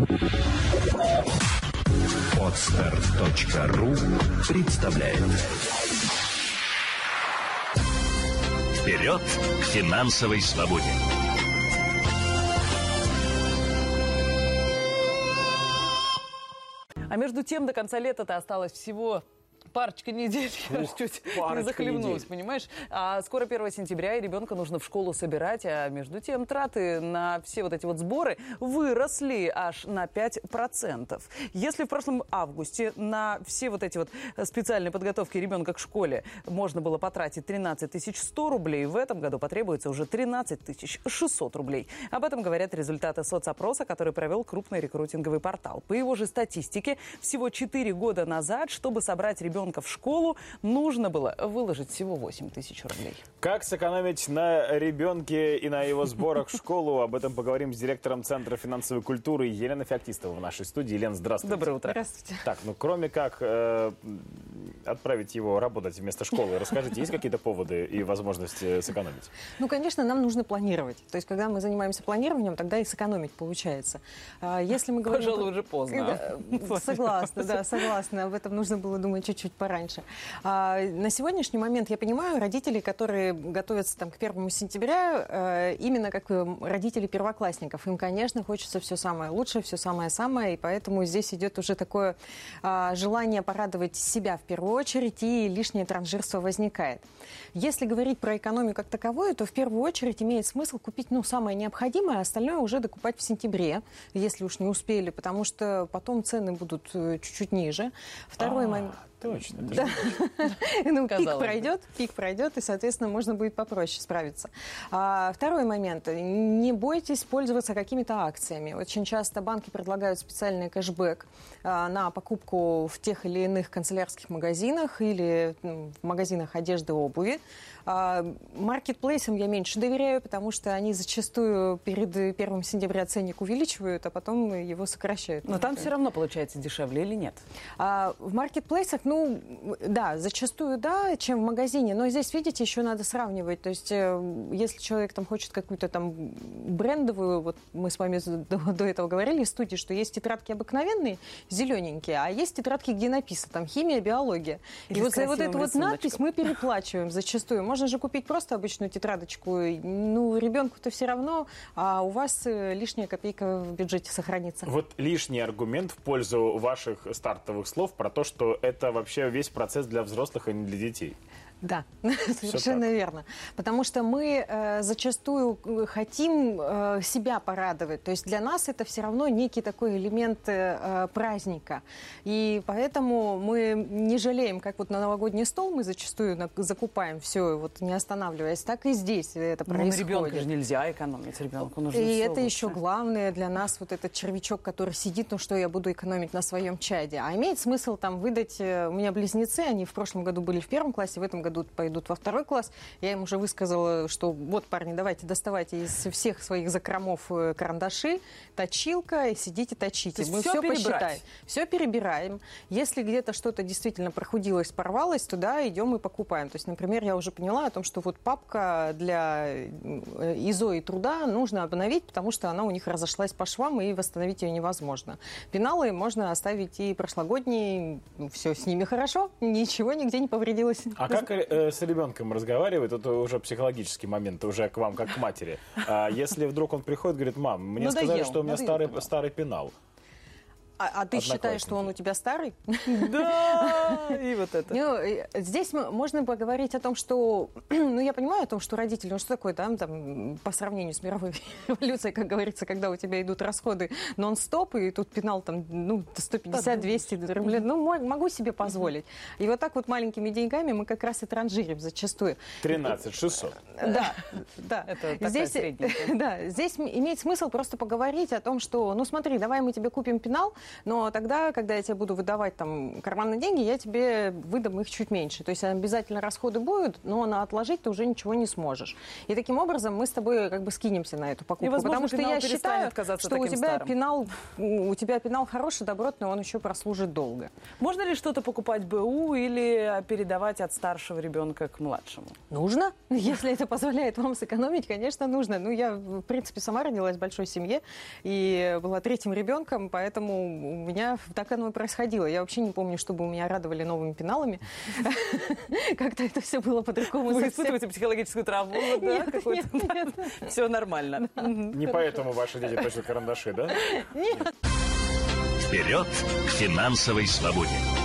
Podster.ru представляет. Вперед к финансовой свободе! А между тем, до конца лета-то осталось всего парочка недель. Я чуть не захлебнулась, понимаешь? А скоро 1 сентября, и ребенка нужно в школу собирать. А между тем, траты на все вот эти вот сборы выросли аж на 5%. Если в прошлом августе на все вот эти вот специальные подготовки ребенка к школе можно было потратить 13 100 рублей, в этом году потребуется уже 13 600 рублей. Об этом говорят результаты соцопроса, который провел крупный рекрутинговый портал. По его же статистике, всего 4 года назад, чтобы собрать ребенка в школу, нужно было выложить всего 8 тысяч рублей. Как сэкономить на ребенке и на его сборах в школу? Об этом поговорим с директором Центра финансовой культуры Еленой Феоктистовой в нашей студии. Елена, здравствуйте. Доброе утро. Здравствуйте. Так, ну кроме как отправить его работать вместо школы, расскажите, есть какие-то поводы и возможности сэкономить? Ну, конечно, нам нужно планировать. То есть, когда мы занимаемся планированием, тогда и сэкономить получается. Если мы говорим... Пожалуй, уже поздно. Согласна, да, согласна. Об этом нужно было думать чуть-чуть пораньше. На сегодняшний момент я понимаю родителей, которые готовятся там, к 1 сентября, именно как родители первоклассников. Им, конечно, хочется все самое лучшее, все самое-самое, и поэтому здесь идет уже такое желание порадовать себя в первую очередь, и лишнее транжирство возникает. Если говорить про экономию как таковую, то в первую очередь имеет смысл купить самое необходимое, а остальное уже докупать в сентябре, если уж не успели, потому что потом цены будут чуть-чуть ниже. Второй момент... Точно. Да. Пик пройдет, и, соответственно, можно будет попроще справиться. Второй момент. Не бойтесь пользоваться какими-то акциями. Очень часто банки предлагают специальный кэшбэк на покупку в тех или иных канцелярских магазинах или в магазинах одежды и обуви. Маркетплейсам я меньше доверяю, потому что они зачастую перед 1 сентября ценник увеличивают, а потом его сокращают. Но там все равно получается дешевле или нет? В маркетплейсах, да, зачастую да, чем в магазине. Но здесь, видите, еще надо сравнивать. То есть, если человек там хочет какую-то там брендовую, вот мы с вами до этого говорили в студии, что есть тетрадки обыкновенные, зелененькие, а есть тетрадки, где написано там химия, биология. И вот за вот эту вот надпись мы переплачиваем зачастую. Можно же купить просто обычную тетрадочку. Ребенку-то все равно, а у вас лишняя копейка в бюджете сохранится. Вот лишний аргумент в пользу ваших стартовых слов про то, что это вообще весь процесс для взрослых, а не для детей. Да, совершенно верно. Потому что мы зачастую хотим себя порадовать. То есть для нас это все равно некий такой элемент праздника. И поэтому мы не жалеем, как вот на новогодний стол мы зачастую закупаем все, вот не останавливаясь. Так и здесь это происходит. На ребенка же нельзя экономить, ребенку нужно и все это лучше. еще главное для нас, вот этот червячок, который сидит, что я буду экономить на своем чаде. А имеет смысл там выдать... У меня близнецы, они в прошлом году были в 1 классе, в этом году пойдут во 2 класс. Я им уже высказала, что вот, парни, давайте доставайте из всех своих закромов карандаши, точилка, и сидите точите. Мы все посчитаем. Все перебираем. Если где-то что-то действительно прохудилось, порвалось, то да, идем и покупаем. То есть, например, я уже поняла о том, что вот папка для ИЗО и труда нужно обновить, потому что она у них разошлась по швам, и восстановить ее невозможно. Пеналы можно оставить и прошлогодние, все с ними хорошо, ничего нигде не повредилось. А как с ребенком разговаривает, это уже психологический момент, уже к вам, как к матери. Если вдруг он приходит и говорит: мам, мне сказали, что у меня старый пенал. А ты считаешь, что он у тебя старый? Да! И вот это. Здесь можно поговорить о том, что... я понимаю о том, что родители, что такое, там, по сравнению с мировой революцией, как говорится, когда у тебя идут расходы нон-стоп, и тут пенал там, 150-200 рублей, могу себе позволить. И вот так вот маленькими деньгами мы как раз и транжирим зачастую. 13 600. Да. Это такая средненькая. Да, здесь имеет смысл просто поговорить о том, что, смотри, давай мы тебе купим пенал, но тогда, когда я тебе буду выдавать там карманные деньги, я тебе выдам их чуть меньше. То есть обязательно расходы будут, но на отложить ты уже ничего не сможешь. И таким образом мы с тобой как бы скинемся на эту покупку. И, возможно, потому что я считаю, что у тебя пенал хороший, добротный, он еще прослужит долго. Можно ли что-то покупать БУ или передавать от старшего ребенка к младшему? Нужно. Если это позволяет вам сэкономить, конечно, нужно. Ну, я, в принципе, сама родилась в большой семье и была третьим ребенком, поэтому у меня так оно и происходило. Я вообще не помню, чтобы меня радовали новыми пеналами. Как-то это все было по-другому. Вы испытываете психологическую травму? Нет. Все нормально. Не поэтому ваши дети точно карандаши, да? Нет. Вперед к финансовой свободе!